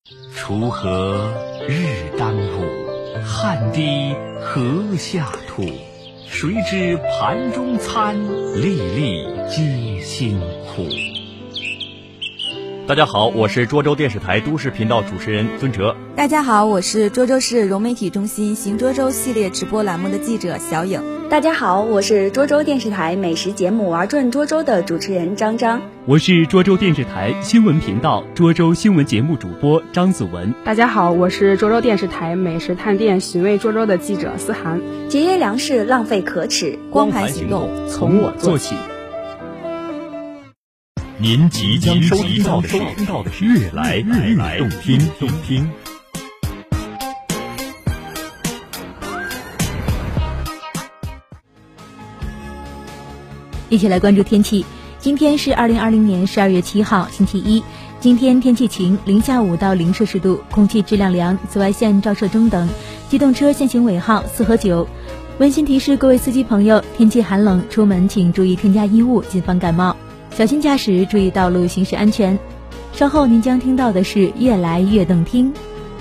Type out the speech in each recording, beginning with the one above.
锄禾日当午，汗滴禾下土。谁知盘中餐，粒粒皆辛苦。 大家好，我是涿州电视台都市频道主持人尊哲。 大家好，我是涿州市融媒体中心行涿州系列直播栏目的记者小颖。 大家好，我是涿州电视台美食节目玩转涿州的主持人张张。 我是涿州电视台新闻频道涿州新闻节目主播张子文。 大家好，我是涿州电视台美食探店寻味涿州的记者思涵。 节约粮食浪费可耻， 光盘行动从我做起。 您即将收听到的是越来越动听。 一起来关注天气。今天是2020年12月7号星期一，今天天气晴，零下5到0摄氏度，空气质量良，紫外线照射中等，机动车限行尾号4和9。温馨提示各位司机朋友，天气寒冷，出门请注意添加衣物，谨防感冒，小心驾驶，注意道路行驶安全。稍后您将听到的是越来越动听。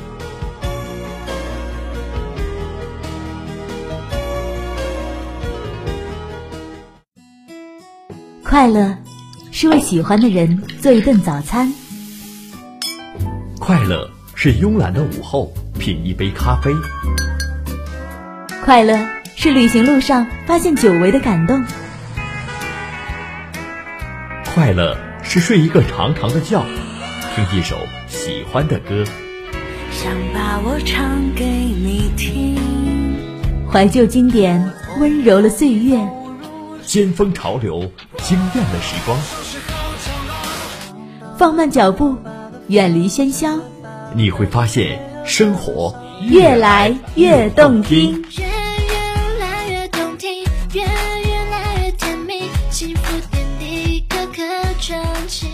快乐是为喜欢的人做一顿早餐， 快乐是慵懒的午后品一杯咖啡， 快乐是旅行路上发现久违的感动， 快乐是睡一个长长的觉，听一首喜欢的歌， 想把我唱给你听， 怀旧经典温柔了岁月， 先锋潮流惊艳了时光， 放慢脚步，远离喧嚣， 你会发现生活越来越动听， 越来越动听，越来越甜蜜，幸福点滴颗颗传奇。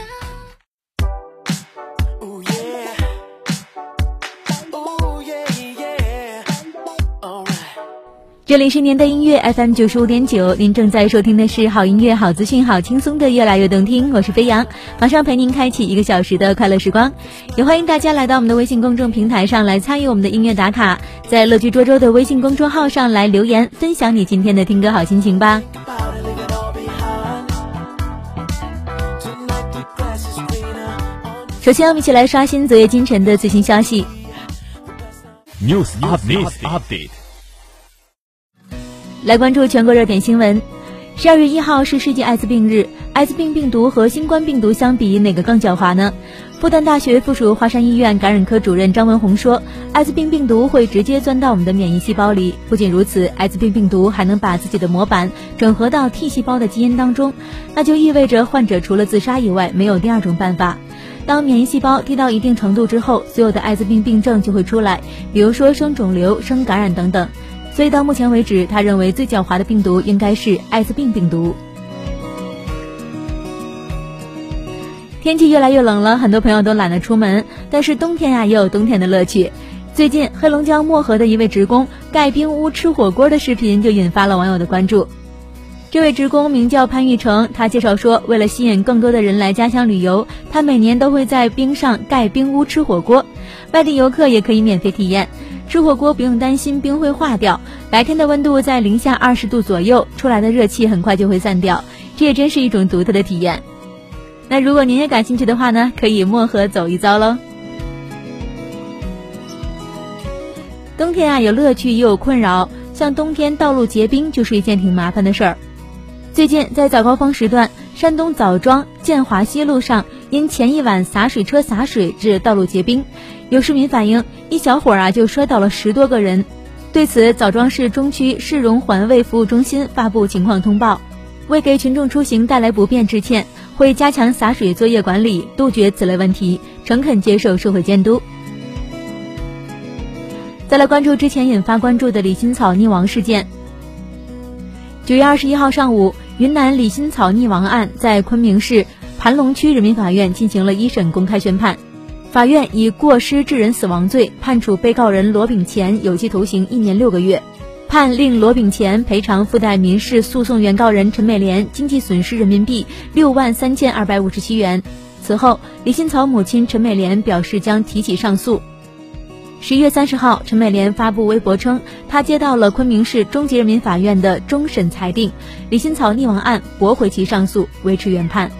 这里是年代音乐 FM 95.9，您正在收听的是好音乐、好资讯、好轻松的越来越动听，我是飞扬，马上陪您开启1个小时的快乐时光。也欢迎大家来到我们的微信公众平台上来参与我们的音乐打卡，在乐居涿州的微信公众号上来留言，分享你今天的听歌好心情吧。首先我们一起来刷新昨夜今晨的最新消息 News Update， 来关注全国热点新闻。12月1号是世界艾滋病日，艾滋病病毒和新冠病毒相比，哪个更狡猾呢？复旦大学附属华山医院感染科主任张文宏说，艾滋病病毒会直接钻到我们的免疫细胞里，不仅如此，艾滋病病毒还能把自己的模板整合到 T 细胞的基因当中，那就意味着患者除了自杀以外没有第二种办法。当免疫细胞低到一定程度之后，所有的艾滋病病症就会出来，比如说生肿瘤、生感染等等。所以到目前为止，他认为最狡猾的病毒应该是艾滋病病毒。天气越来越冷了，很多朋友都懒得出门，但是冬天也有冬天的乐趣。最近黑龙江漠河的一位职工盖冰屋吃火锅的视频就引发了网友的关注。这位职工名叫潘玉成，他介绍说，为了吸引更多的人来家乡旅游，他每年都会在冰上盖冰屋吃火锅，外地游客也可以免费体验。吃火锅不用担心冰会化掉，白天的温度在零下20度左右，出来的热气很快就会散掉，这也真是一种独特的体验。那如果您也感兴趣的话呢，可以漠河走一遭喽。冬天有乐趣也有困扰，像冬天道路结冰就是一件挺麻烦的事儿。最近在早高峰时段，山东枣庄建华西路上因前一晚洒水车洒水致道路结冰，有市民反映一小会儿就摔倒了10多个人。对此，枣庄市中区市容环卫服务中心发布情况通报，为给群众出行带来不便致歉，会加强洒水作业管理，杜绝此类问题，诚恳接受社会监督。再来关注之前引发关注的李新草溺亡事件。9月21号上午，云南李新草溺亡案在昆明市盘龙区人民法院进行了一审公开宣判，法院以过失致人死亡罪判处被告人罗炳乾有期徒刑1年6个月，判令罗炳乾赔偿附带民事诉讼原告人陈美莲经济损失人民币63257元。 此后，李新草母亲陈美莲表示将提起上诉。11月30号，陈美莲发布微博称，她接到了昆明市中级人民法院的终审裁定，李新草溺亡案驳回其上诉，维持原判。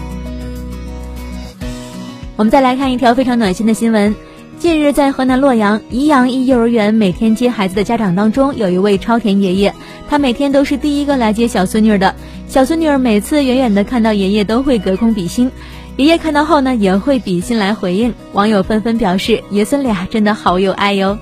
我们再来看一条非常暖心的新闻。近日，在河南洛阳宜阳一幼儿园每天接孩子的家长当中，有一位超甜爷爷，他每天都是第一个来接小孙女的。小孙女每次远远的看到爷爷都会隔空比心，爷爷看到后呢，也会比心来回应。网友纷纷表示，爷孙俩真的好有爱哟。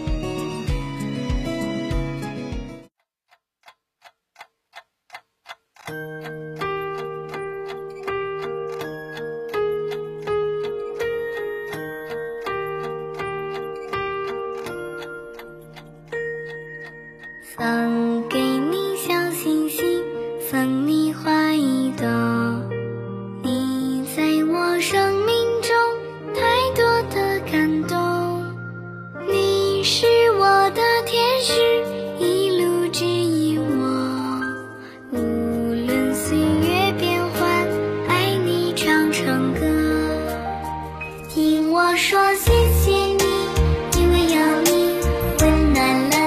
送给你小星星，送你花一朵，你在我生命中太多的感动，你是我的天使，一路指引我，无论岁月变换，爱你唱成歌。听我说谢谢你，因为有你温暖了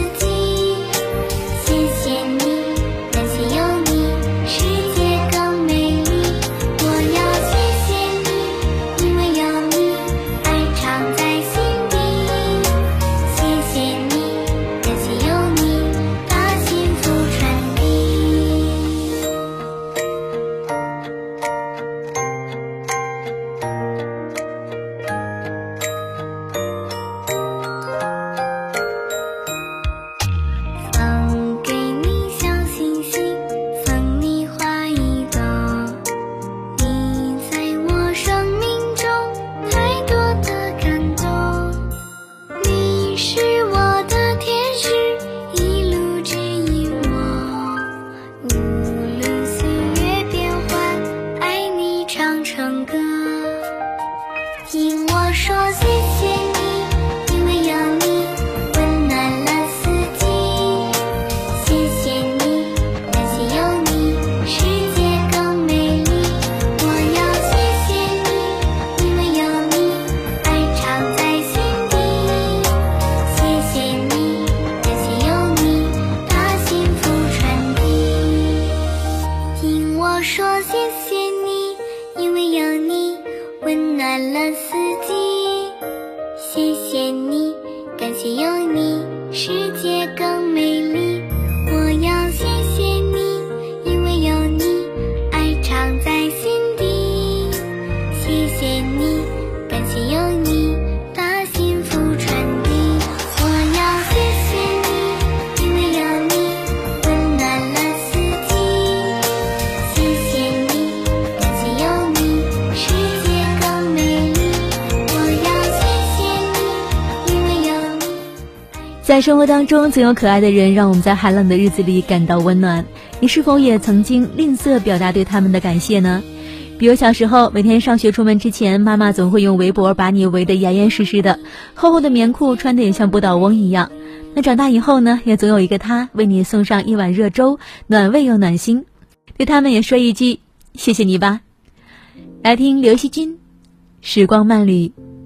在生活当中，总有可爱的人让我们在寒冷的日子里感到温暖。你是否也曾经吝啬表达对他们的感谢呢？比如小时候，每天上学出门之前，妈妈总会用围脖把你围得严严实实的，厚厚的棉裤穿得也像不倒翁一样。那长大以后呢，也总有一个他为你送上一碗热粥，暖胃又暖心。对他们也说一句谢谢你吧。来听刘惜君《时光慢旅》。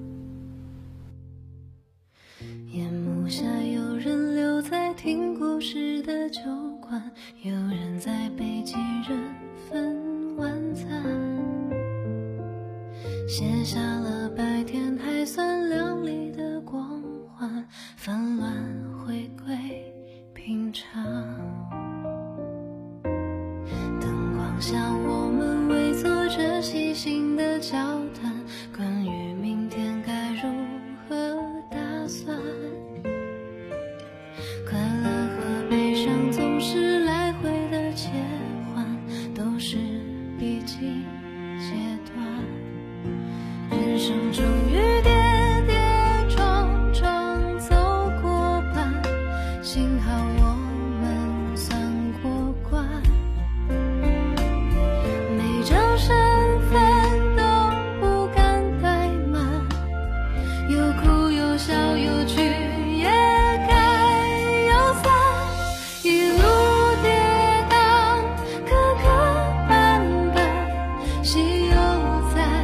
夜幕下有人留在听故事的酒馆，有人在背几人份晚餐，写下了白天还算亮丽的光环，纷乱回归平常。灯光下我们围坐着细心的交谈，关于明天该如何打算。快乐和悲伤总是来回的切换，都是必经阶段。人生终于跌跌撞撞走过半，幸好我们算过关。每张身份都不敢怠慢，有哭有笑有聚也该有散，一路跌宕磕磕绊绊，喜忧在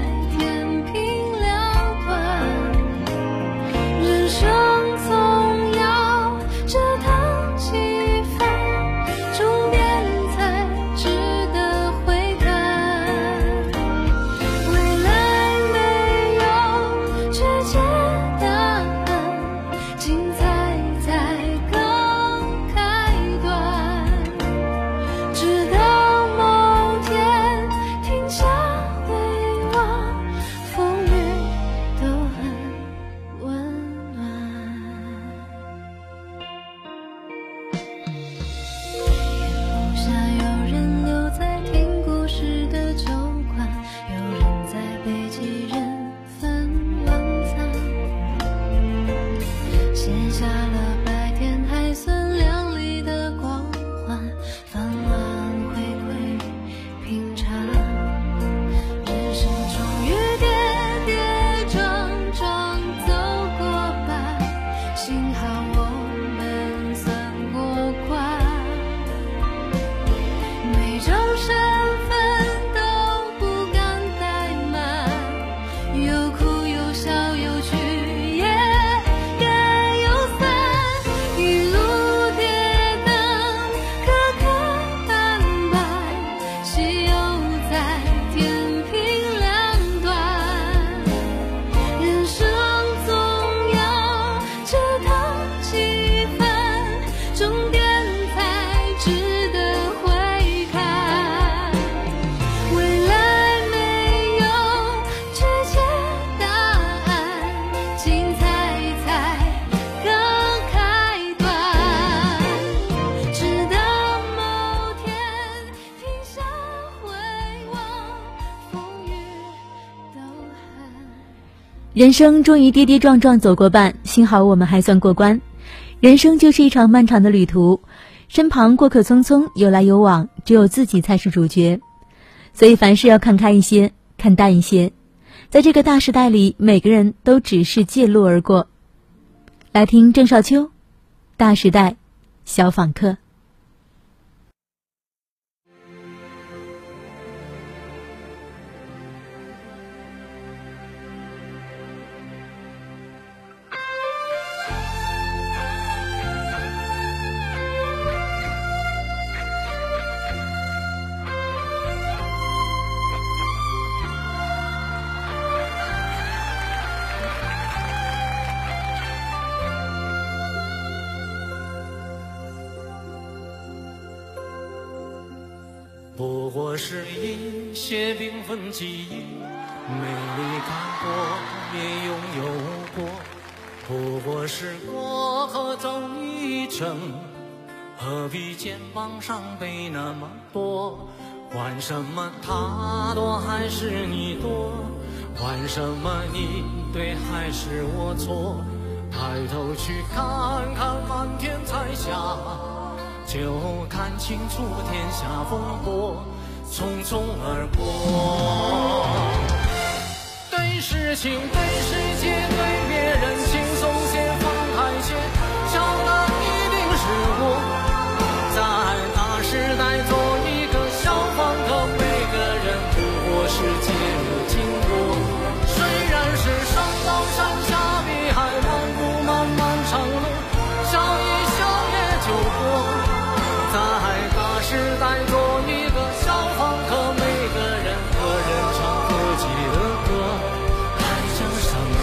人生终于跌跌撞撞走过半，幸好我们还算过关。人生就是一场漫长的旅途，身旁过客匆匆，有来有往，只有自己才是主角。所以凡事要看开一些，看淡一些。在这个大时代里，每个人都只是借路而过。来听郑少秋，大时代，小访客。 不过是一些缤纷记忆，没离开过，也拥有过。不过是过河走一程，何必肩膀上背那么多？管什么他多还是你多？管什么你对还是我错？抬头去看看满天彩霞，就看清楚天下风波，匆匆而过。对事情对世界对别人轻松些放开些，笑的一定是我。在大时代做一个小访客，每个人不过是借路经过。虽然是上刀山下碧海，漫步漫漫长路，笑一笑也就过。在大时代做一个小访客，每个人个人唱自己的歌，还讲什么？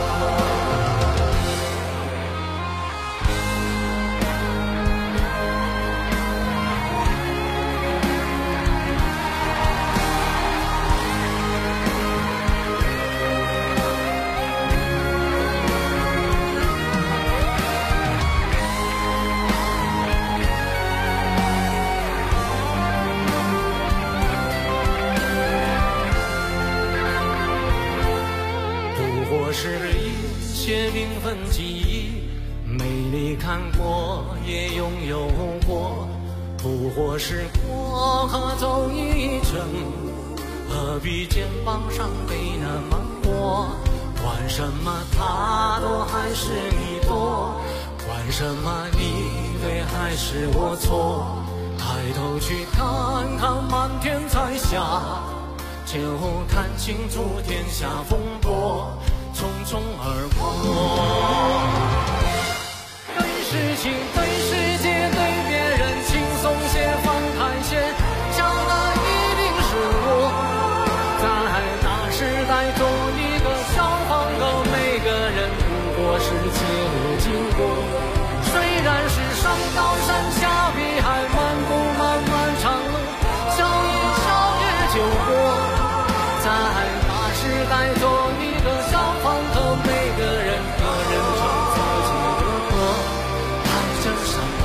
是一些缤纷记忆，没离看过，也拥有过。不过是过河走一程，何必肩膀上背那么多？管什么他多还是你多？管什么你对还是我错？抬头去看看满天彩霞，就看清楚天下风波，匆匆而过。对事情对世界对别人轻松些放开些，笑的一定是我。在大时代做一个小访客，每个人不过是借路经过。虽然是上刀山下碧海，漫步漫漫长路，笑一笑也就过。在大时代做一个小访客，每个人个人唱自己的歌，还讲什么？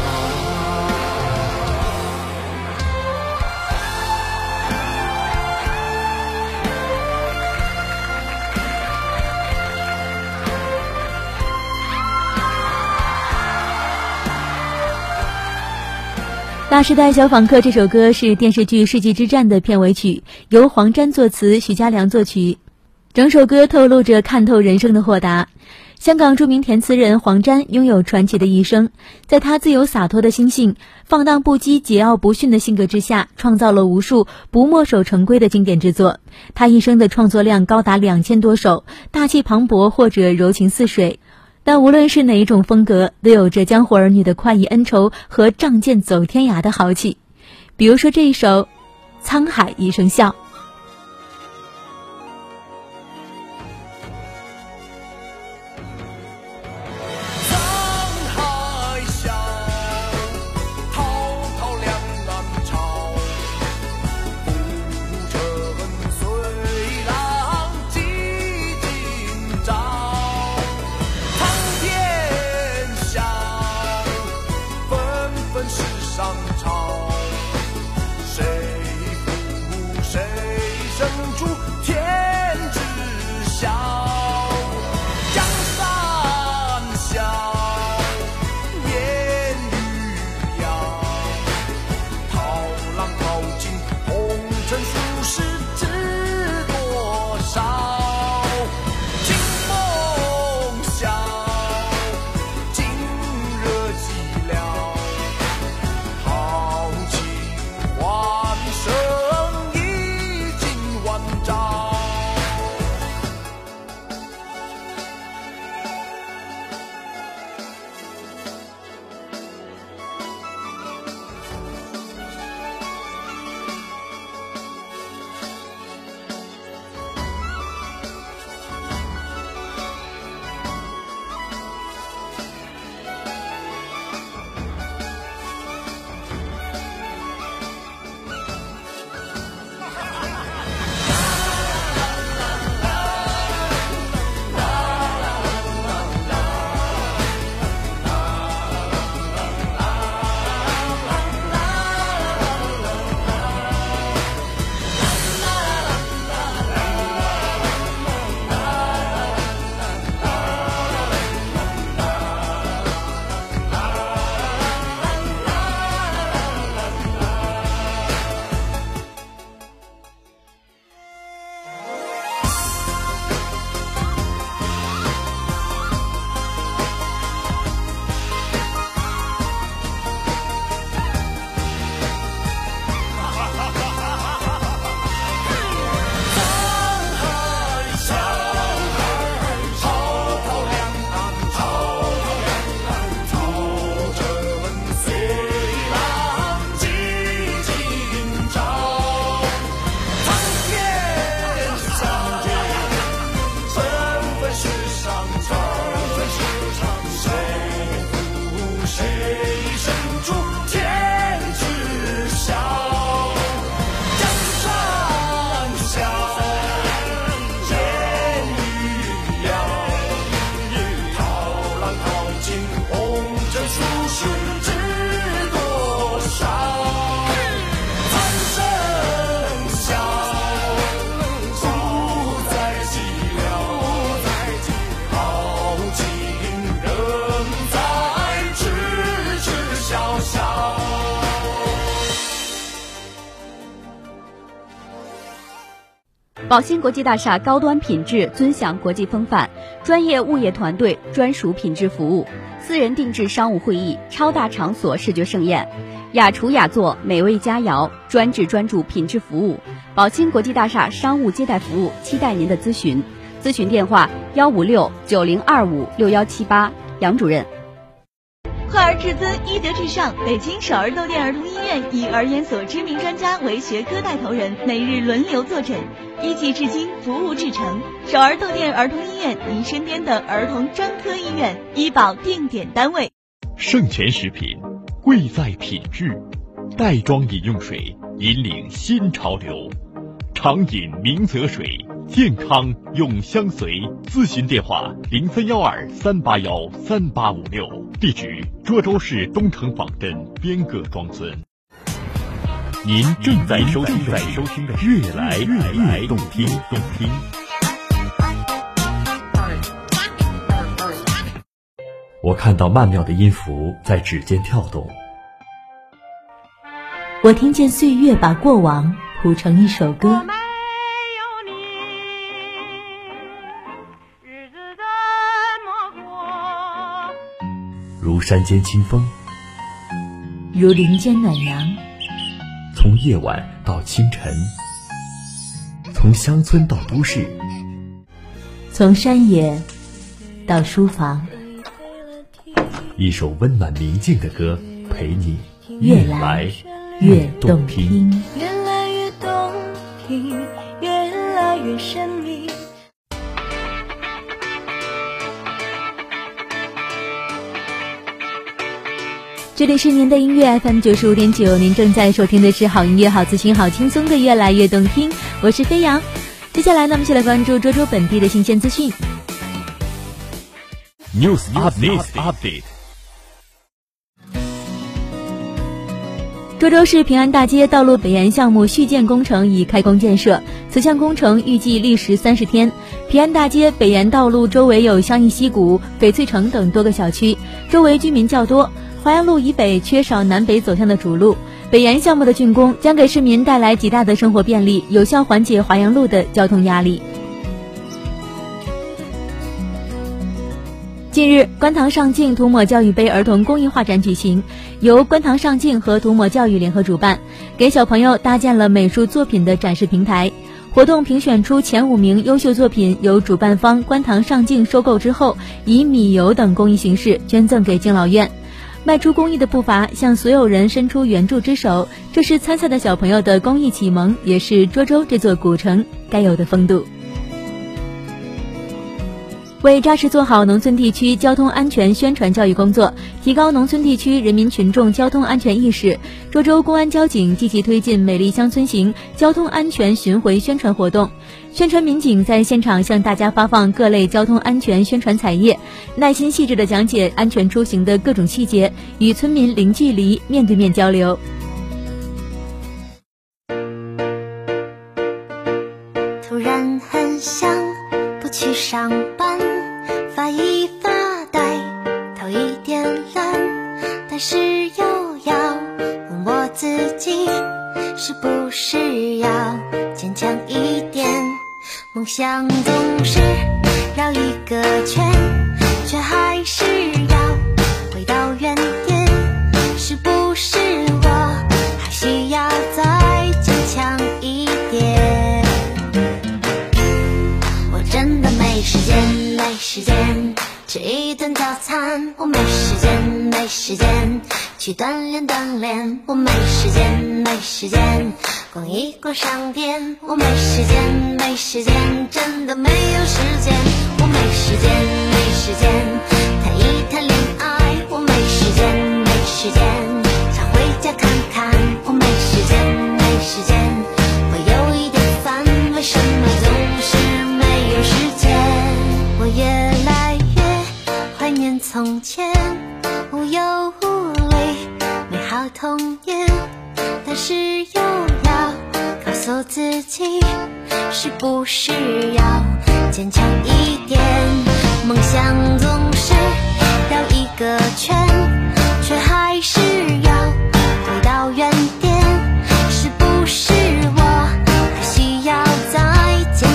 大时代小访客这首歌是电视剧《世纪之战》的片尾曲，由黄沾作词，许家良作曲。整首歌透露着看透人生的豁达。香港著名填词人黄沾拥有传奇的一生，在他自由洒脱的心性、放荡不羁、桀骜不驯的性格之下，创造了无数不墨守成规的经典之作。他一生的创作量高达2000多首，大气磅礴或者柔情似水。但无论是哪一种风格，都有着江湖儿女的快意恩仇和仗剑走天涯的豪气。比如说这一首《沧海一声笑》。 世上潮，谁负谁？ 宝兴国际大厦高端品质，尊享国际风范，专业物业团队，专属品质服务，私人定制商务会议，超大场所视觉盛宴，雅厨雅座，美味佳肴，专注品质服务。宝兴国际大厦商务接待服务，期待您的咨询。咨询电话156-9025-6178，杨主任。 患儿至尊，医德至上。北京少儿窦店儿童医院以儿研所知名专家为学科带头人，每日轮流坐诊，一季至今，服务至诚。少儿窦店儿童医院，您身边的儿童专科医院，医保定点单位。 圣泉食品，贵在品质。袋装饮用水，引领新潮流。常饮明泽水，健康永相随。咨询电话0312-381-3856，地址涿州市东城坊镇边各庄村。您正在收听的越来越动听。我看到曼妙的音符在指尖跳动， 我听见岁月把过往谱成一首歌。 如山间清风， 如林间暖阳， 从夜晚到清晨，从乡村到都市， 从山野到书房， 一首温暖宁静的歌，陪你越来越动听， 越来越动听，越来越神秘。 这里是您的音乐 FM 95.9，您正在收听的是好音乐、好资讯、好轻松的越来越动听，我是飞扬。接下来呢，我们一起来关注涿州本地的新鲜资讯。 News Update。 涿州市平安大街道路北延项目续建工程已开工建设，此项工程预计历时30天。平安大街北延道路周围有香义溪谷、翡翠城等多个小区，周围居民较多。华阳路以北缺少南北走向的主路，北延项目的竣工将给市民带来极大的生活便利，有效缓解华阳路的交通压力。近日，观塘上镜涂抹教育杯儿童公益画展举行，由观塘上镜和涂抹教育联合主办，给小朋友搭建了美术作品的展示平台。活动评选出前5名优秀作品，由主办方观塘上镜收购之后，以米油等公益形式捐赠给敬老院。迈出公益的步伐，向所有人伸出援助之手，这是参赛的小朋友的公益启蒙，也是涿州这座古城该有的风度。为扎实做好农村地区交通安全宣传教育工作，提高农村地区人民群众交通安全意识，涿州公安交警积极推进美丽乡村行交通安全巡回宣传活动。宣传民警在现场向大家发放各类交通安全宣传彩页，耐心细致地讲解安全出行的各种细节，与村民零距离面对面交流。 突然很想不去上班，发一发呆，头一点蓝，但是又要问我自己，是不是要坚强一点？梦想总是绕一个圈，却还是要回到原点，是不是我还需要再坚强一点？我真的没时间吃一顿早餐，我没时间去锻炼，我没时间逛一逛商店，我没时间真的没有时间，我没时间谈一谈恋爱，我没时间想回家看看，我没时间我有一点烦，为什么总是没有时间？我越来越怀念从前，无忧无虑美好童年，但是又要告诉自己，是不是要坚强一点？梦想总是绕一个圈，却还是要回到原点，是不是我还需要再坚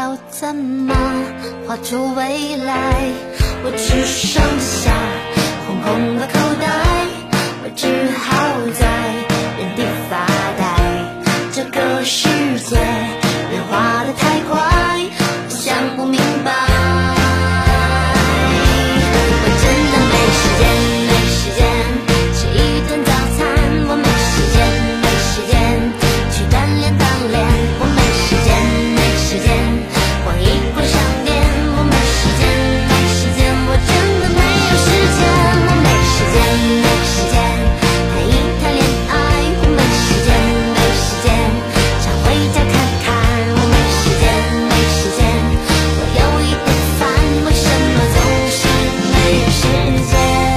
要怎么画出未来？我只剩下空空的口袋，我只好在原地发呆。这个世界变化得太快，我想不明白。我真的没时间吃一顿早餐，我没时间去锻炼，我没时间逛一逛商店，我没时间，我真的没有时间。我没时间谈一谈恋爱，我没时间常回家看看，我没时间，我有一点烦，为什么总是没有时间？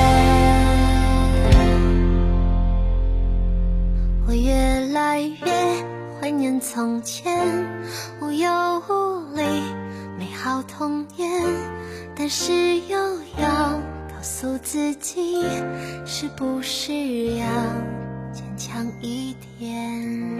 我越来越怀念从前无忧无虑美好童年，但是又要告诉自己，是不是要坚强一点？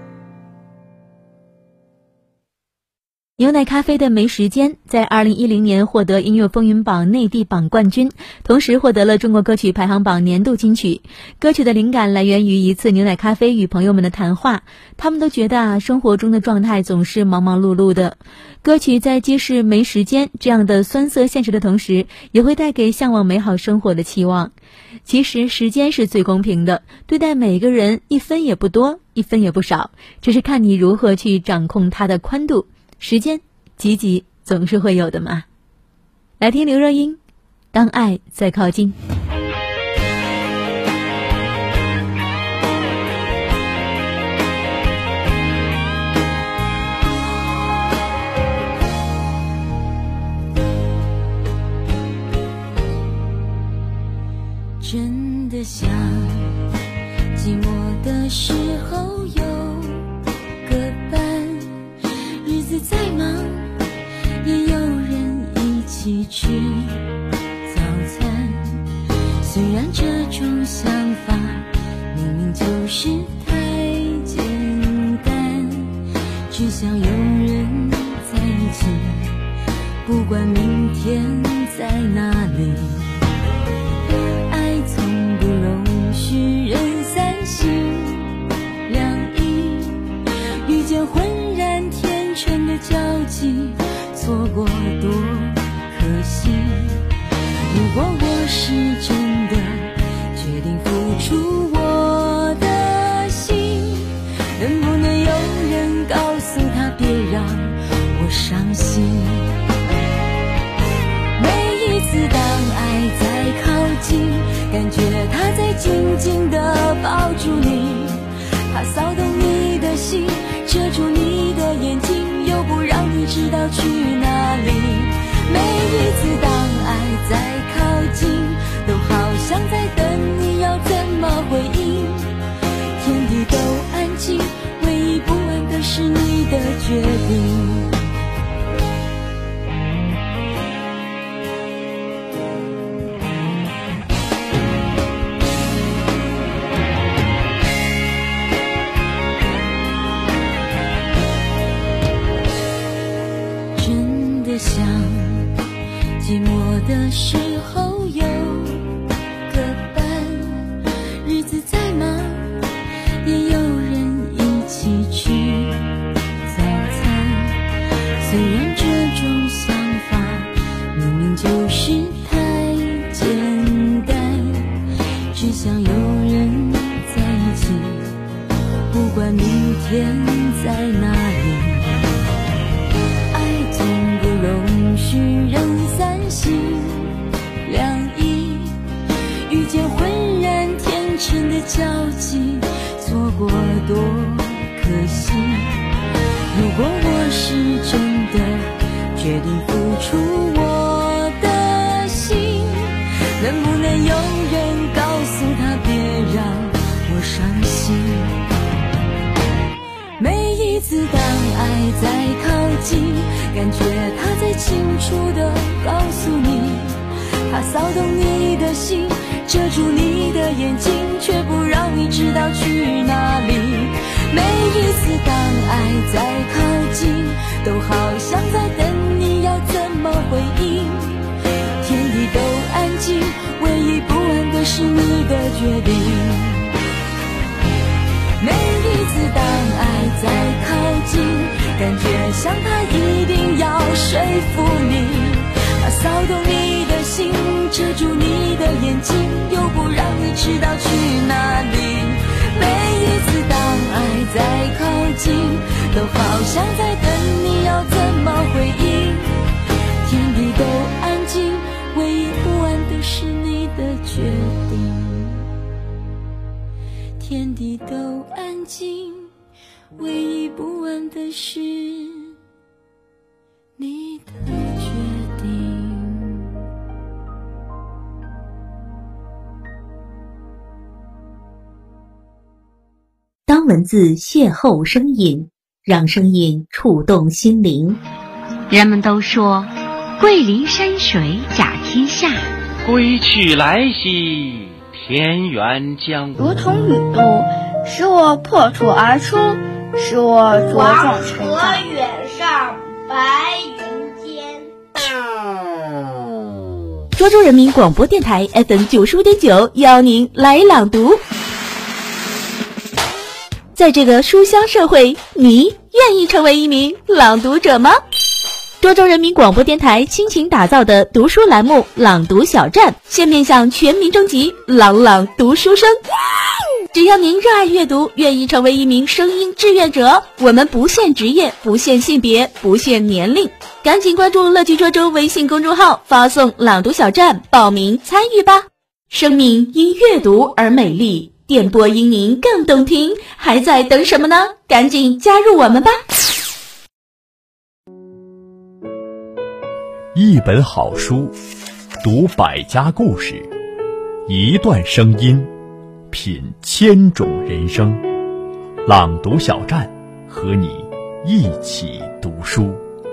牛奶咖啡的没时间在2010年获得音乐风云榜内地榜冠军，同时获得了中国歌曲排行榜年度金曲。歌曲的灵感来源于一次牛奶咖啡与朋友们的谈话，他们都觉得生活中的状态总是忙忙碌碌的。歌曲在揭示没时间这样的酸涩现实的同时，也会带给向往美好生活的期望。其实时间是最公平的，对待每个人一分也不多，一分也不少，只是看你如何去掌控它的宽度。时间挤挤总是会有的嘛。来听刘若英，当爱再靠近。 真的想寂寞的时候有个伴，日子再忙也有人一起吃早餐。虽然这种想法明明就是太简单，只想有人在一起，不管明天在哪里。爱从不容许人三心两意，遇见浑然天成的交集，错过多可惜。如果我是真的决定付出我的心，能不能有人告诉他别让我伤心？每一次当爱在靠近，感觉他在紧紧地抱住你，他骚动你的心，遮住你的眼睛，又不让你知道去哪里。每一次当爱在靠近，都好像在等你要怎么回应。天地都安静，唯一不安的是你的决定。想寂寞的时候有个伴，日子再忙也有人一起吃早餐。虽然这种想法明明就是太简单，只想有人在一起，不管明天在哪里。容许人三心两意，遇见浑然天成的交集，错过多可惜。如果我是真的决定付出我的心，能不能有人告诉他别让我伤心？每一次当爱在靠近，感觉他在清楚地告诉你，他骚动你的心，遮住你的眼睛，却不让你知道去哪里。每一次当爱在靠近， 都好像在等你要怎么回应。天地都安静，唯一不安的是你的决定。每一次当爱在靠近，感觉像他一定要说服你，他骚动你的心，遮住你的眼睛，又不让你知道去哪里。每一次当爱在靠近，都好像在等你要怎么回应。天地都安静，唯一不安的是你的决定。天地都安静，唯一不安的是你的决定。 当文字邂逅声音，让声音触动心灵。 人们都说桂林山水甲天下， 归去来兮田园将如同雨露，使我破土而出，使我茁壮成长。 黄河远上白云间。 涿州人民广播电台 FM95.9邀您来朗读。在这个书香社会，你愿意成为一名朗读者吗？涿州人民广播电台倾情打造的读书栏目朗读小站，现面向全民征集朗朗读书生。只要您热爱阅读，愿意成为一名声音志愿者，我们不限职业，不限性别，不限年龄，赶紧关注乐趣涿州微信公众号，发送朗读小站报名参与吧。生命因阅读而美丽，电波因您更动听，还在等什么呢？赶紧加入我们吧。 一本好书，读百家故事，一段声音，品千种人生。朗读小站，和你一起读书。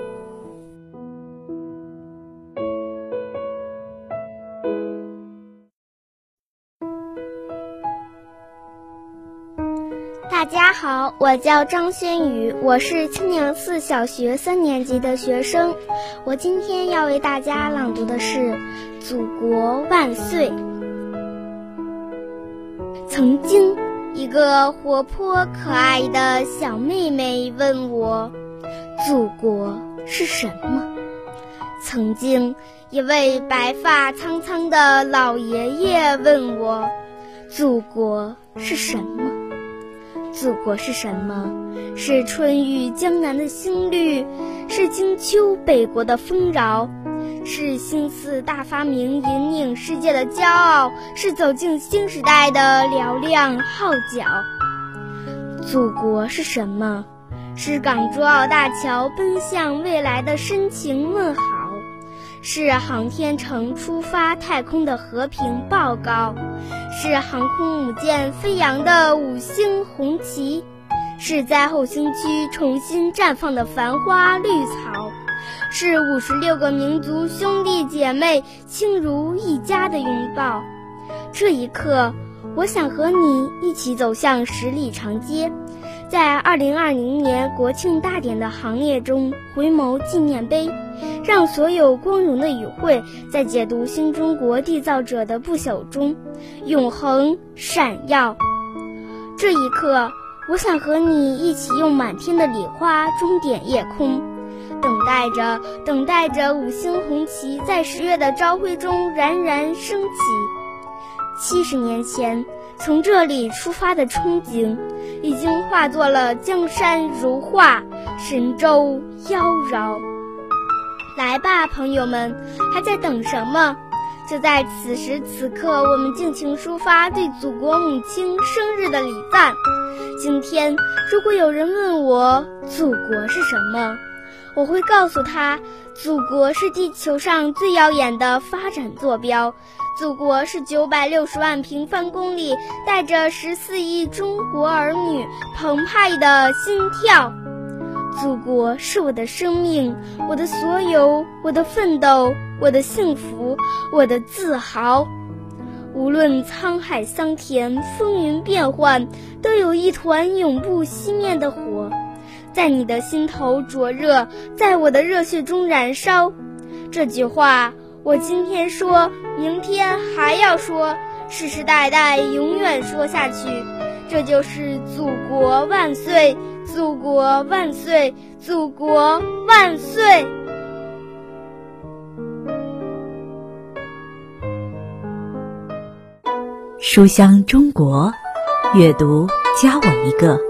大家好，我叫张轩宇，我是青娘寺小学3年级的学生。我今天要为大家朗读的是《祖国万岁》。曾经，一个活泼可爱的小妹妹问我，祖国是什么？曾经，一位白发苍苍的老爷爷问我，祖国是什么？祖国是什么？是春雨江南的新绿，是金秋北国的丰饶，是新四大发明引领世界的骄傲，是走进新时代的嘹亮号角。祖国是什么？是港珠澳大桥奔向未来的深情问好，是航天城出发太空的和平报告，是航空母舰飞扬的5星红旗，是在后新区重新绽放的繁花绿草，是56个民族兄弟姐妹亲如一家的拥抱。这一刻，我想和你一起走向10里长街，在2020年国庆大典的行列中回眸纪念碑，让所有光荣的语汇在解读新中国缔造者的不朽中永恒闪耀。这一刻，我想和你一起用满天的礼花装点夜空，等待着5星红旗在10月的朝晖中冉冉升起。70年前从这里出发的憧憬，已经化作了江山如画，神州妖娆。来吧，朋友们，还在等什么？就在此时此刻，我们尽情抒发对祖国母亲生日的礼赞。今天，如果有人问我祖国是什么，我会告诉他，祖国是地球上最耀眼的发展坐标，祖国是960万平方公里带着14亿中国儿女澎湃的心跳。祖国是我的生命，我的所有，我的奋斗，我的幸福，我的自豪。无论沧海桑田，风云变幻，都有一团永不熄灭的火。 在你的心头灼热，在我的热血中燃烧。这句话我今天说，明天还要说，世世代代永远说下去。这就是祖国万岁，祖国万岁，祖国万岁。 书香中国，阅读加我一个。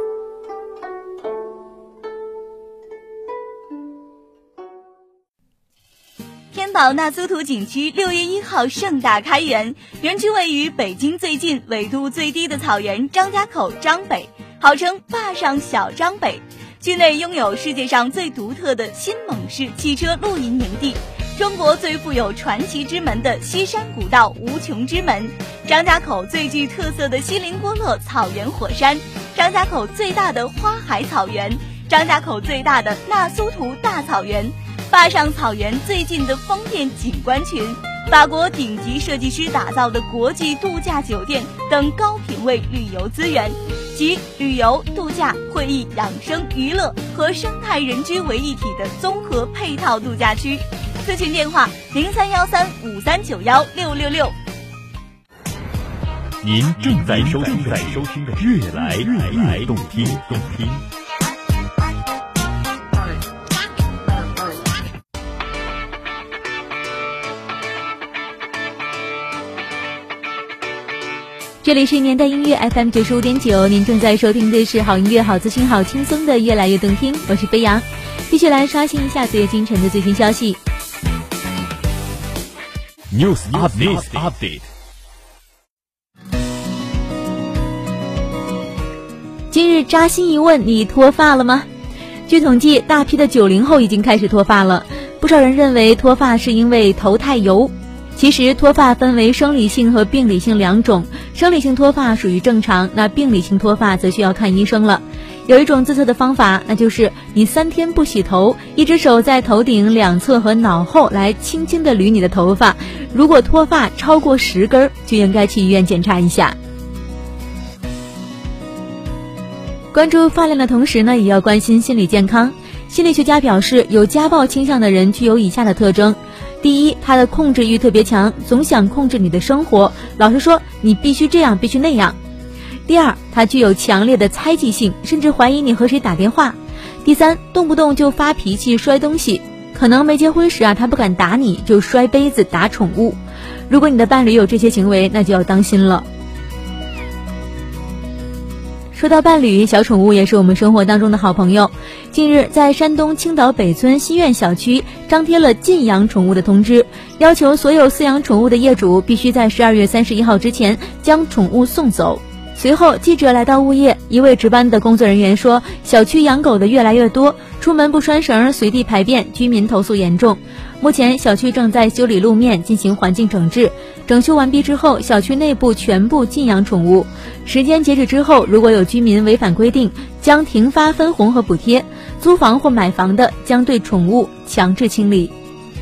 天宝纳苏图景区6月1号盛大开园，园区位于北京最近、纬度最低的草原张家口张北，号称坝上小张北。区内拥有世界上最独特的新蒙式汽车露营营地，中国最富有传奇之门的西山古道无穷之门，张家口最具特色的锡林郭勒草原火山，张家口最大的花海草原，张家口最大的纳苏图大草原，坝上草原最近的风电景观群，法国顶级设计师打造的国际度假酒店等高品位旅游资源，集旅游、度假、会议、养生、娱乐和生态人居为一体的综合配套度假区。咨询电话031353916666。 您正在收听的越来越动听。 这里是年代音乐 FM 95.9，您正在收听的是好音乐、好资讯、好轻松的越来越动听，我是飞扬。继续来刷新一下昨夜今晨的最新消息。 News Update。 今日扎心一问，你脱发了吗？据统计，大批的90后已经开始脱发了。不少人认为脱发是因为头太油。其实脱发分为生理性和病理性两种，生理性脱发属于正常，那病理性脱发则需要看医生了。有一种自测的方法，那就是你3天不洗头，一只手在头顶两侧和脑后来轻轻地捋你的头发，如果脱发超过10根，就应该去医院检查一下。关注发量的同时呢，也要关心心理健康。心理学家表示，有家暴倾向的人具有以下的特征。第一，他的控制欲特别强，总想控制你的生活，老是说你必须这样必须那样。第二，他具有强烈的猜忌性，甚至怀疑你和谁打电话。第三，动不动就发脾气摔东西，可能没结婚时他不敢打你，就摔杯子打宠物。如果你的伴侣有这些行为，那就要当心了。说到伴侣，小宠物也是我们生活当中的好朋友。近日，在山东青岛北村西苑小区张贴了禁养宠物的通知，要求所有饲养宠物的业主必须在12月31号之前将宠物送走。随后，记者来到物业，一位值班的工作人员说，小区养狗的越来越多，出门不拴绳，随地排便，居民投诉严重。目前小区正在修理路面，进行环境整治，整修完毕之后，小区内部全部禁养宠物。时间截止之后，如果有居民违反规定，将停发分红和补贴，租房或买房的将对宠物强制清理。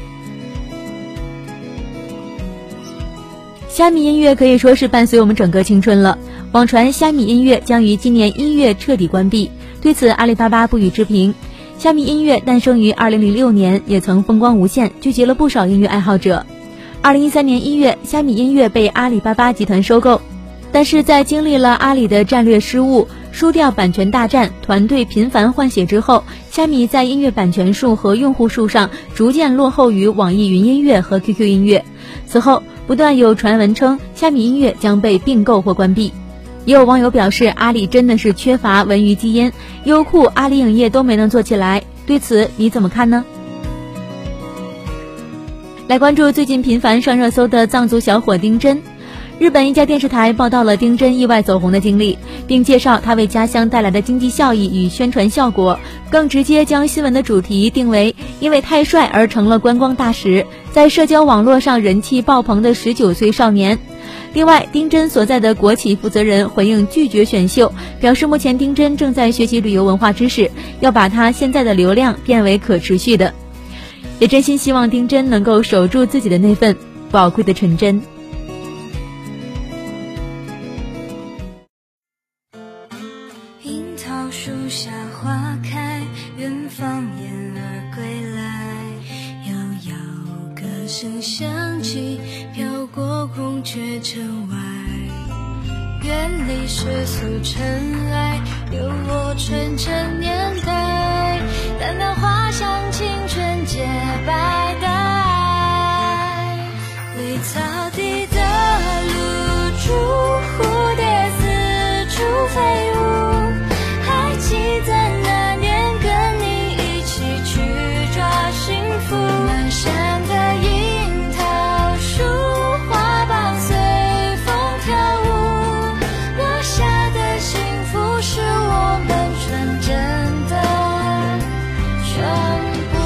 虾米音乐可以说是伴随我们整个青春了，网传虾米音乐将于今年1月彻底关闭，对此阿里巴巴不予置评。虾米音乐诞生于2006年，也曾风光无限，聚集了不少音乐爱好者。2013年1月，虾米音乐被阿里巴巴集团收购，但是在经历了阿里的战略失误、输掉版权大战、团队频繁换血之后，虾米在音乐版权数和用户数上逐渐落后于网易云音乐和 QQ 音乐。此后不断有传闻称虾米音乐将被并购或关闭。也有网友表示，阿里真的是缺乏文娱基因，优酷、阿里影业都没能做起来，对此你怎么看呢？来关注最近频繁上热搜的藏族小伙丁真。日本一家电视台报道了丁真意外走红的经历，并介绍他为家乡带来的经济效益与宣传效果，更直接将新闻的主题定为因为太帅而成了观光大使，在社交网络上人气爆棚的19岁少年。另外，丁真所在的国企负责人回应拒绝选秀，表示目前丁真正在学习旅游文化知识，要把他现在的流量变为可持续的。也真心希望丁真能够守住自己的那份宝贵的纯真。 樱桃树下花开， 声响起，飘过孔雀城外，远离世俗尘埃，流落纯真年代，淡淡花香，青春洁白带，为草地的露珠，蝴蝶四处飞舞，还记得那年跟你一起去抓幸福，满山的樱桃树，花瓣随风跳舞，落下的幸福是我们纯真的全部。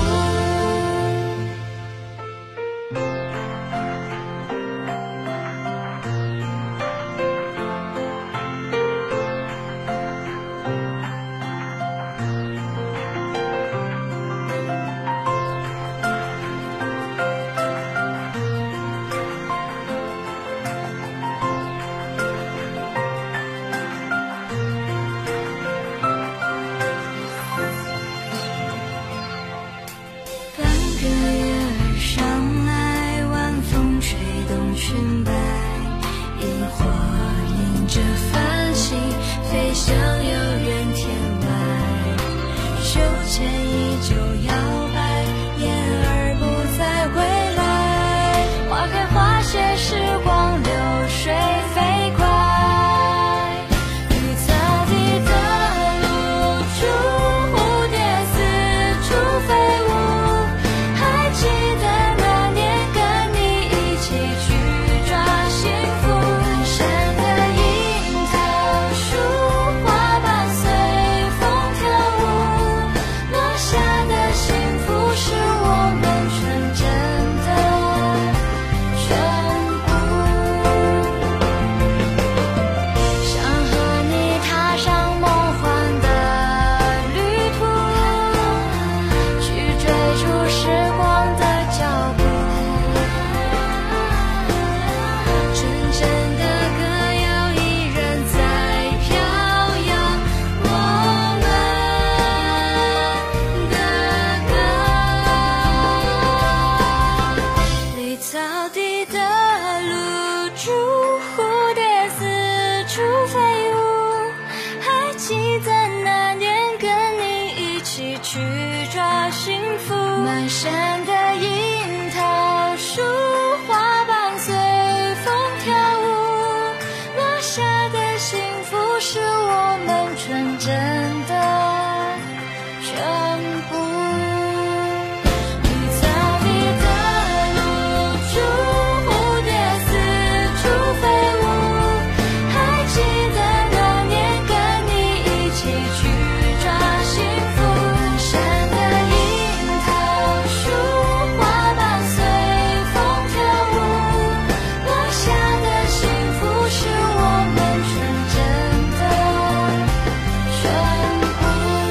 半个月儿上来，晚风吹动裙摆，萤火映着繁星，飞向遥远天外，秋千依旧摇摆，燕儿不再归来，花开花谢，时光流水飞快，绿草地的露珠，蝴蝶四处飞舞，还记得那年跟你一起去抓幸福，满山的樱桃树，花瓣随风跳舞，落下的幸福是我们纯真的全部。想和你踏上梦幻的旅途，去追逐时光的脚步，纯真的歌谣依然在飘扬，我们的歌。绿草地的露珠，蝴蝶四处飞舞，还记得那年跟你一起去抓幸福，满山的樱桃树，花瓣随风跳舞，落下的幸福是我们纯真的全部。绿草地的露珠，蝴蝶四处飞舞，还记得那年跟你一起去抓幸福，满山的樱桃树，花瓣随风跳舞，落下的幸福是我们纯真的全部。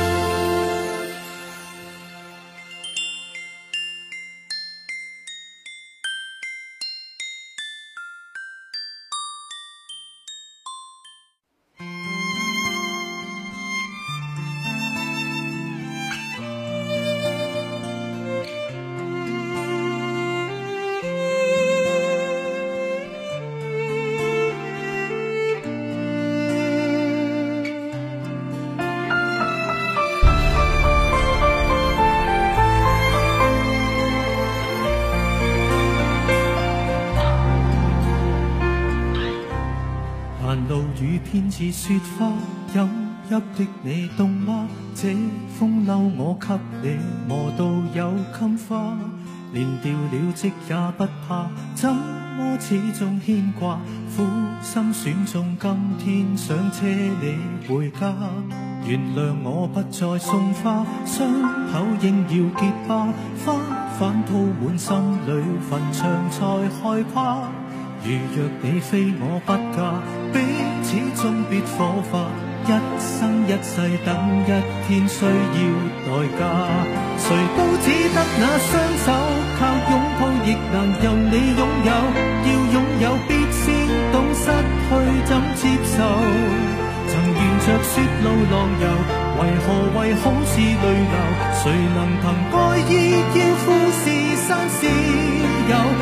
但路雨偏似雪花，飲泣的你凍嗎？這風褸我給你磨到有襟花，連掉了職也不怕，怎麼始終牽掛？苦心選中今天想車你回家，原諒我不再送花，傷口應要結疤，花瓣鋪滿心裏，墳場才害怕。如若你非我不嫁，彼此終必火化，一生一世等一天需要代價。誰都只得那雙手，靠擁抱亦難由你擁有，要擁有必先懂失去怎接受。曾沿着雪路浪遊，為好似淚流？誰能憑愛意要富士山私有？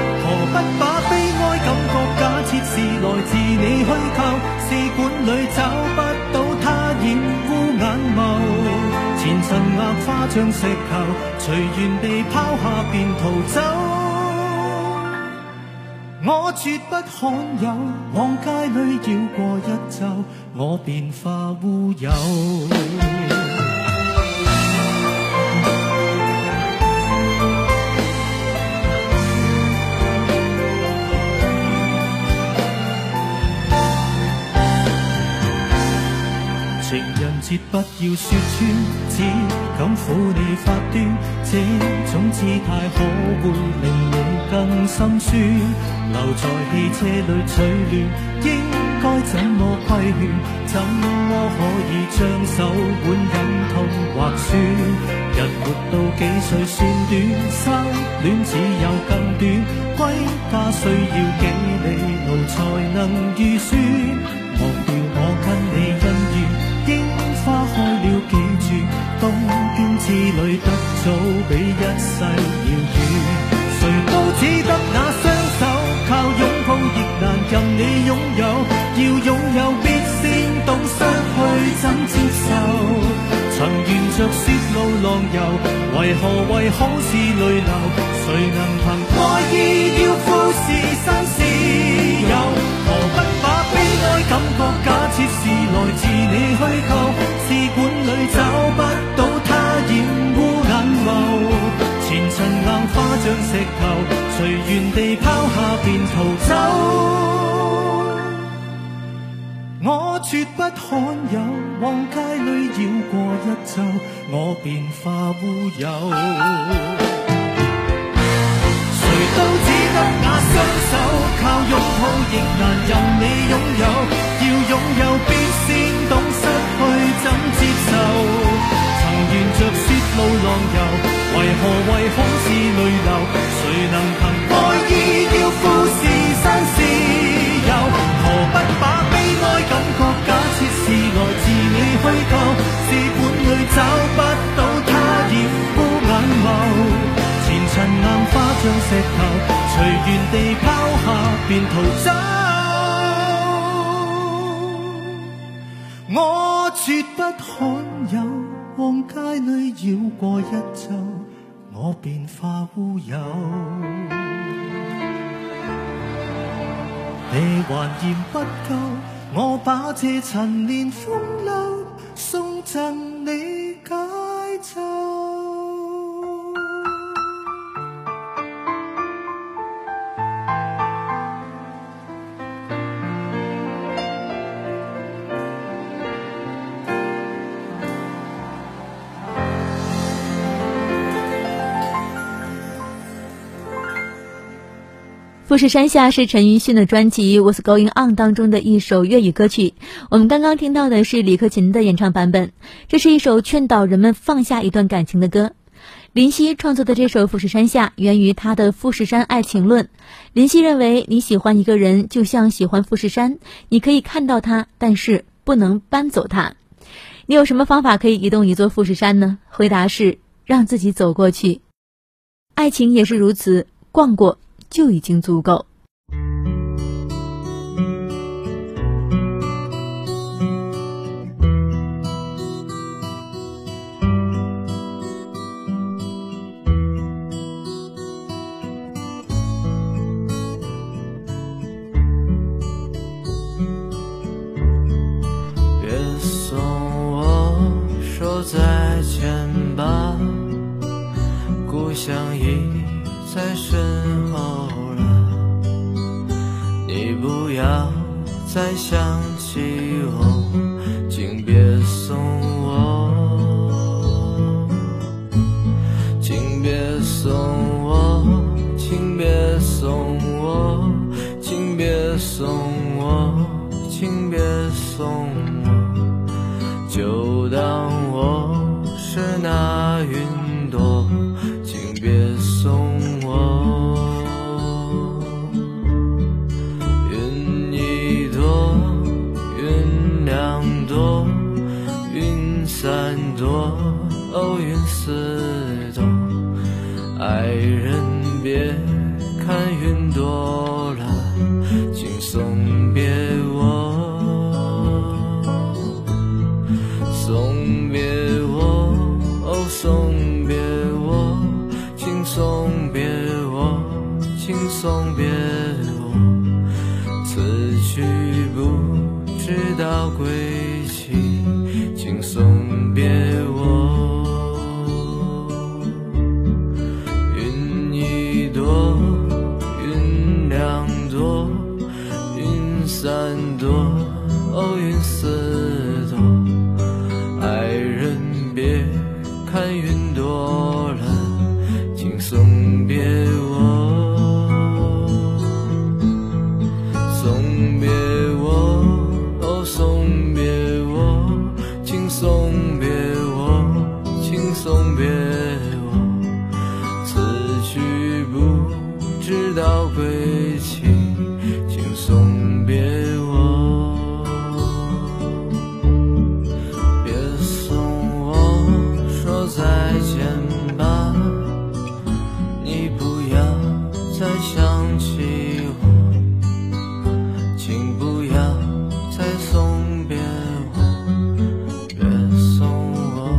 設是來自你虛構，試管裏找不到他染污眼眸，前塵硬化像石頭，隨緣地拋下便逃走。我絕不罕有，往街裏繞過一晝，我便化烏有。情人節不要說穿，只敢撫你發端，這種姿態可會令你更心酸？留在汽車裏取暖，應該怎麼規勸？怎麼可以將手腕忍痛劃損？人活到幾歲算短，失戀只有更短，歸家需要幾里路才能預算？忘掉我跟你恩怨，櫻花開了幾轉，東邊之旅得早比一世遙遠。誰都只得那雙手，靠擁抱亦難任你擁有，要擁有必先懂失去怎接受。曾沿着雪路浪遊，為可是淚流？誰能憑愛意要富士山私有？何不把悲哀感覺假設是來自你虛構？試管裏找不到他染污眼眸，前塵硬化像石頭，隨緣地拋下便逃走。我絕不罕有，往街裏繞過一晝，我便化烏有。誰都只得那雙手，靠擁抱亦難任你擁有，要擁有必先懂失去怎接受。曾沿着雪路浪遊，為恐是淚流？誰能憑愛意要富士山私有？何不把悲哀感覺假設是來自你虛構？試管裏找不到他染污眼眸，前塵硬化像石頭，隨緣地拋下便逃走。我絕不罕有，往街裏繞過一晝，我便化烏有。你還嫌不夠，我把這陳年風流送贈你解咒。 富士山下是陈奕迅的专辑《What's Going On》当中的一首粤语歌曲，我们刚刚听到的是李克勤的演唱版本。这是一首劝导人们放下一段感情的歌。林夕创作的这首《富士山下》源于他的《富士山爱情论》。林夕认为，你喜欢一个人就像喜欢富士山，你可以看到它，但是不能搬走它。你有什么方法可以移动一座富士山呢？回答是让自己走过去。爱情也是如此，逛过就已经足够。 别送我说再见吧，故乡已在身后了，你不要再想起我，请别送我，请别送我，请别送我，请别送我，请别送我，就当我是那云朵，请别送我。云一朵，云两朵，云三朵，哦，云四朵。爱人别看云多了，请送别我，送别我，哦，送别我，请送别我，请送别我，此去不知道归期，请送别我。云一朵，云两朵，云三朵，哦，云四朵，爱人别看云朵了，请送别我，送别我，哦，送别我，请送别我，请送别我，此去不知道归期，请送别我，别送我，说再见吧，你不要再想起我，请不要再送别我，别送我。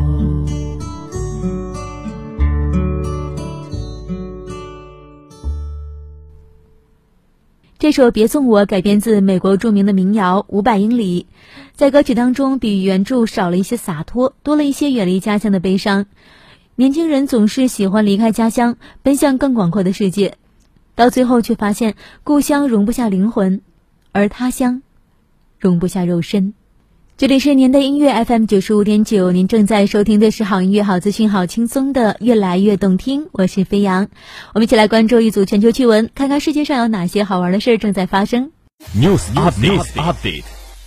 这首《别送我》改编自美国著名的民谣《500英里》，在歌曲当中比原著少了一些洒脱，多了一些远离家乡的悲伤。年轻人总是喜欢离开家乡，奔向更广阔的世界，到最后却发现故乡容不下灵魂，而他乡容不下肉身。这里是年代音乐 FM95.9， 您正在收听的是好音乐、好资讯、好轻松的越来越动听，我是飞扬。我们一起来关注一组全球趣闻，看看世界上有哪些好玩的事正在发生。 News Update。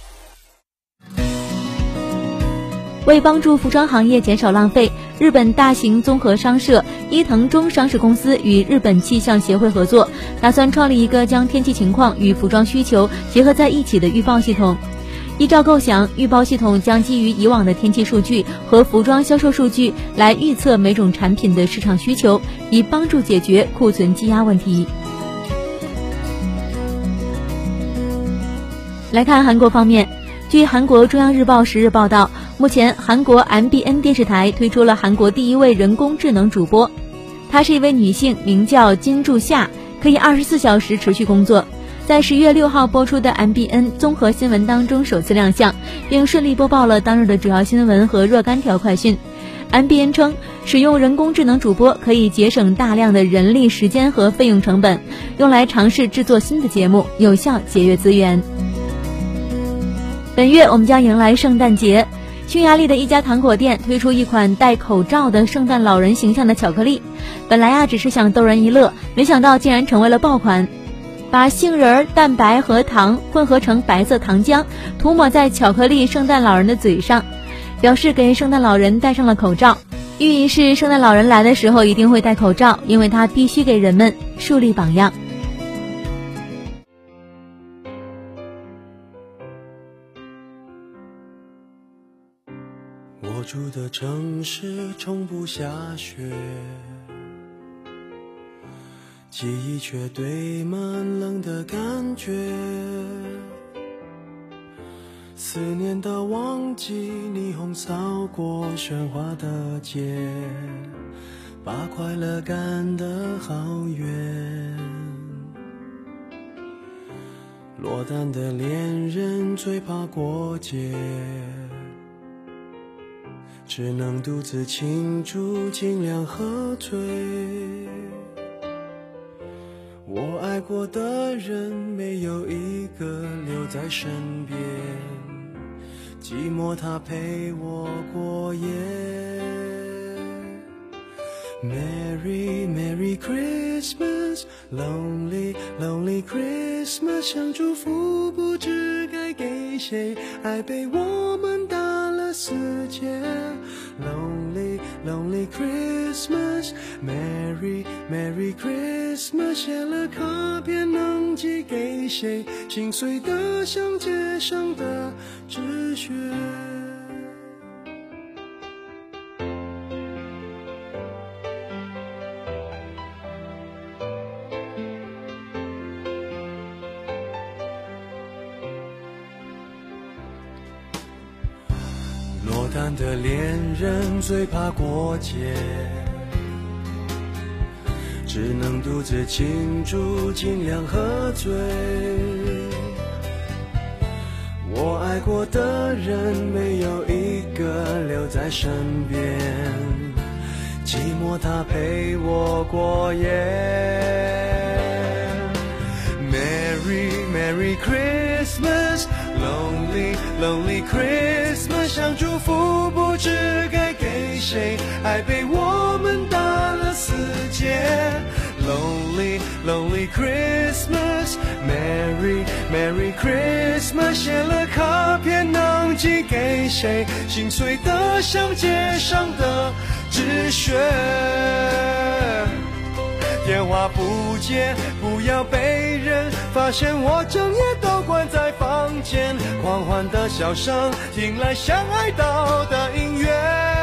为帮助服装行业减少浪费，日本大型综合商社伊藤忠上市公司与日本气象协会合作，打算创立一个将天气情况与服装需求结合在一起的预报系统。依照构想，预报系统将基于以往的天气数据和服装销售数据来预测每种产品的市场需求，以帮助解决库存积压问题。来看韩国方面，据韩国中央日报10日报道，目前韩国 MBN 电视台推出了韩国第一位人工智能主播，她是一位女性，名叫金柱夏，可以24小时持续工作。在10月6号播出的 MBN 综合新闻当中首次亮相，并顺利播报了当日的主要新闻和若干条快讯。MBN 称，使用人工智能主播可以节省大量的人力、时间和费用成本，用来尝试制作新的节目，有效节约资源。本月我们将迎来圣诞节，匈牙利的一家糖果店推出一款戴口罩的圣诞老人形象的巧克力，本来只是想逗人一乐，没想到竟然成为了爆款。把杏仁、蛋白和糖混合成白色糖浆，涂抹在巧克力圣诞老人的嘴上，表示给圣诞老人戴上了口罩，寓意是圣诞老人来的时候一定会戴口罩，因为他必须给人们树立榜样。 我住的城市从不下雪，记忆却堆满冷的感觉，思念的旺季，霓虹扫过喧哗的街，把快乐赶得好远。落单的恋人最怕过节，只能独自庆祝，尽量喝醉。我爱过的人没有一个留在身边，寂寞他陪我过夜。Merry Merry Christmas Lonely Lonely Christmas 想祝福不知该给谁，爱被我们打了死结。Lonely Lonely Christmas Merry Merry Christmas 写了卡片能寄给谁，心碎得像街上的纸屑。 单的恋人最怕过节，只能独自庆祝，尽量喝醉。我爱过的人没有一个留在身边，寂寞他陪我过夜。Merry Merry Christmas Lonely Lonely Christmas 想祝福不知该给谁，爱被我们打了死结。Lonely Lonely Christmas Merry Merry Christmas 写了卡片能寄给谁，心碎得像街上的纸屑。电话不接，不要被人发现我整夜都关在房间，狂欢的笑声听来像哀悼的音乐，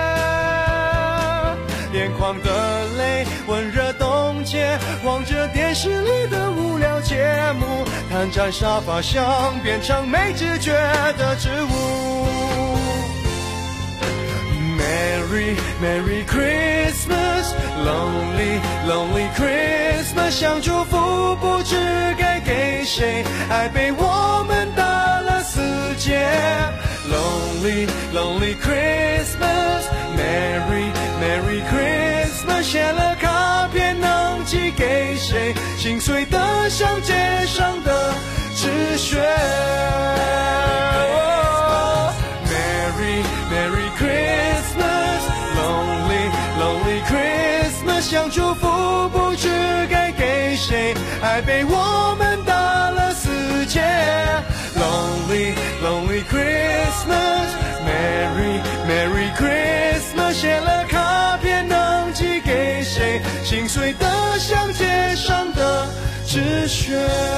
眼眶的泪温热冻结，望着电视里的无聊节目，瘫在沙发上变成没知觉的植物。Merry Merry Christmas Lonely Lonely Christmas 想祝福不知该给谁，爱被我们打了死结。Lonely Lonely Christmas Merry Merry Christmas 写了卡片能寄给谁，心碎得像街上的纸屑。Merry Merry Christmas Lonely Lonely Christmas 想祝福不知该给谁，爱被我们打了死结。Lonely Lonely Christmas Merry Merry Christmas 写了卡片能寄给谁，心碎得像街上的纸屑。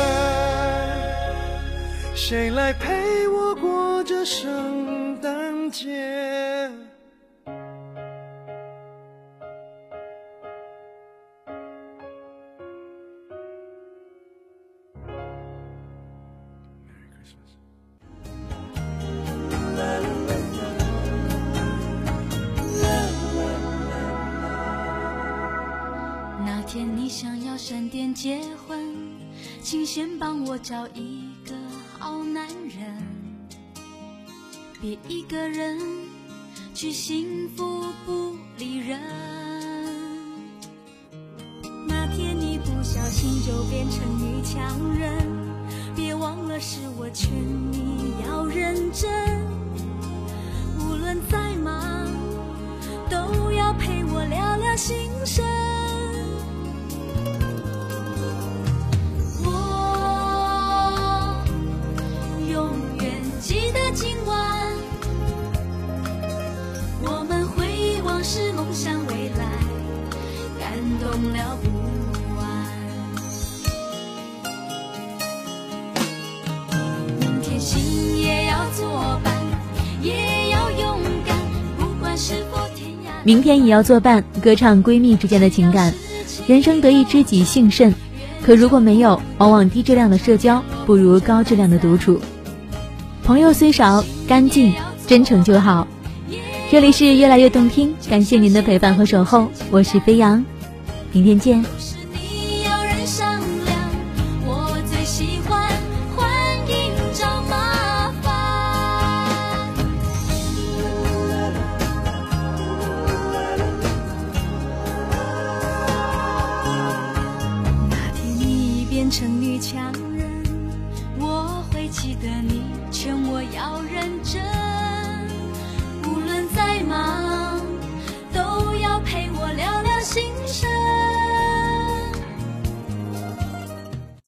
谁来陪我过这圣诞节？ 那天你想要闪电结婚，请先帮我找一个好男人，别一个人去幸福不理人。那天你不小心就变成女强人，别忘了是我劝你要认真，无论再忙都要陪我聊聊心声。记得今晚我们回忆往事，梦想未来，感动了不完。明天心也要作伴，也要勇敢，不管是否天涯。 明天也要作伴，歌唱闺蜜之间的情感。人生得一知己幸甚，可如果没有，往往低质量的社交不如高质量的独处。朋友虽少，干净真诚就好。这里是越来越动听，感谢您的陪伴和守候，我是飞扬，明天见。 成女强人，我会记得你劝我要认真，无论再忙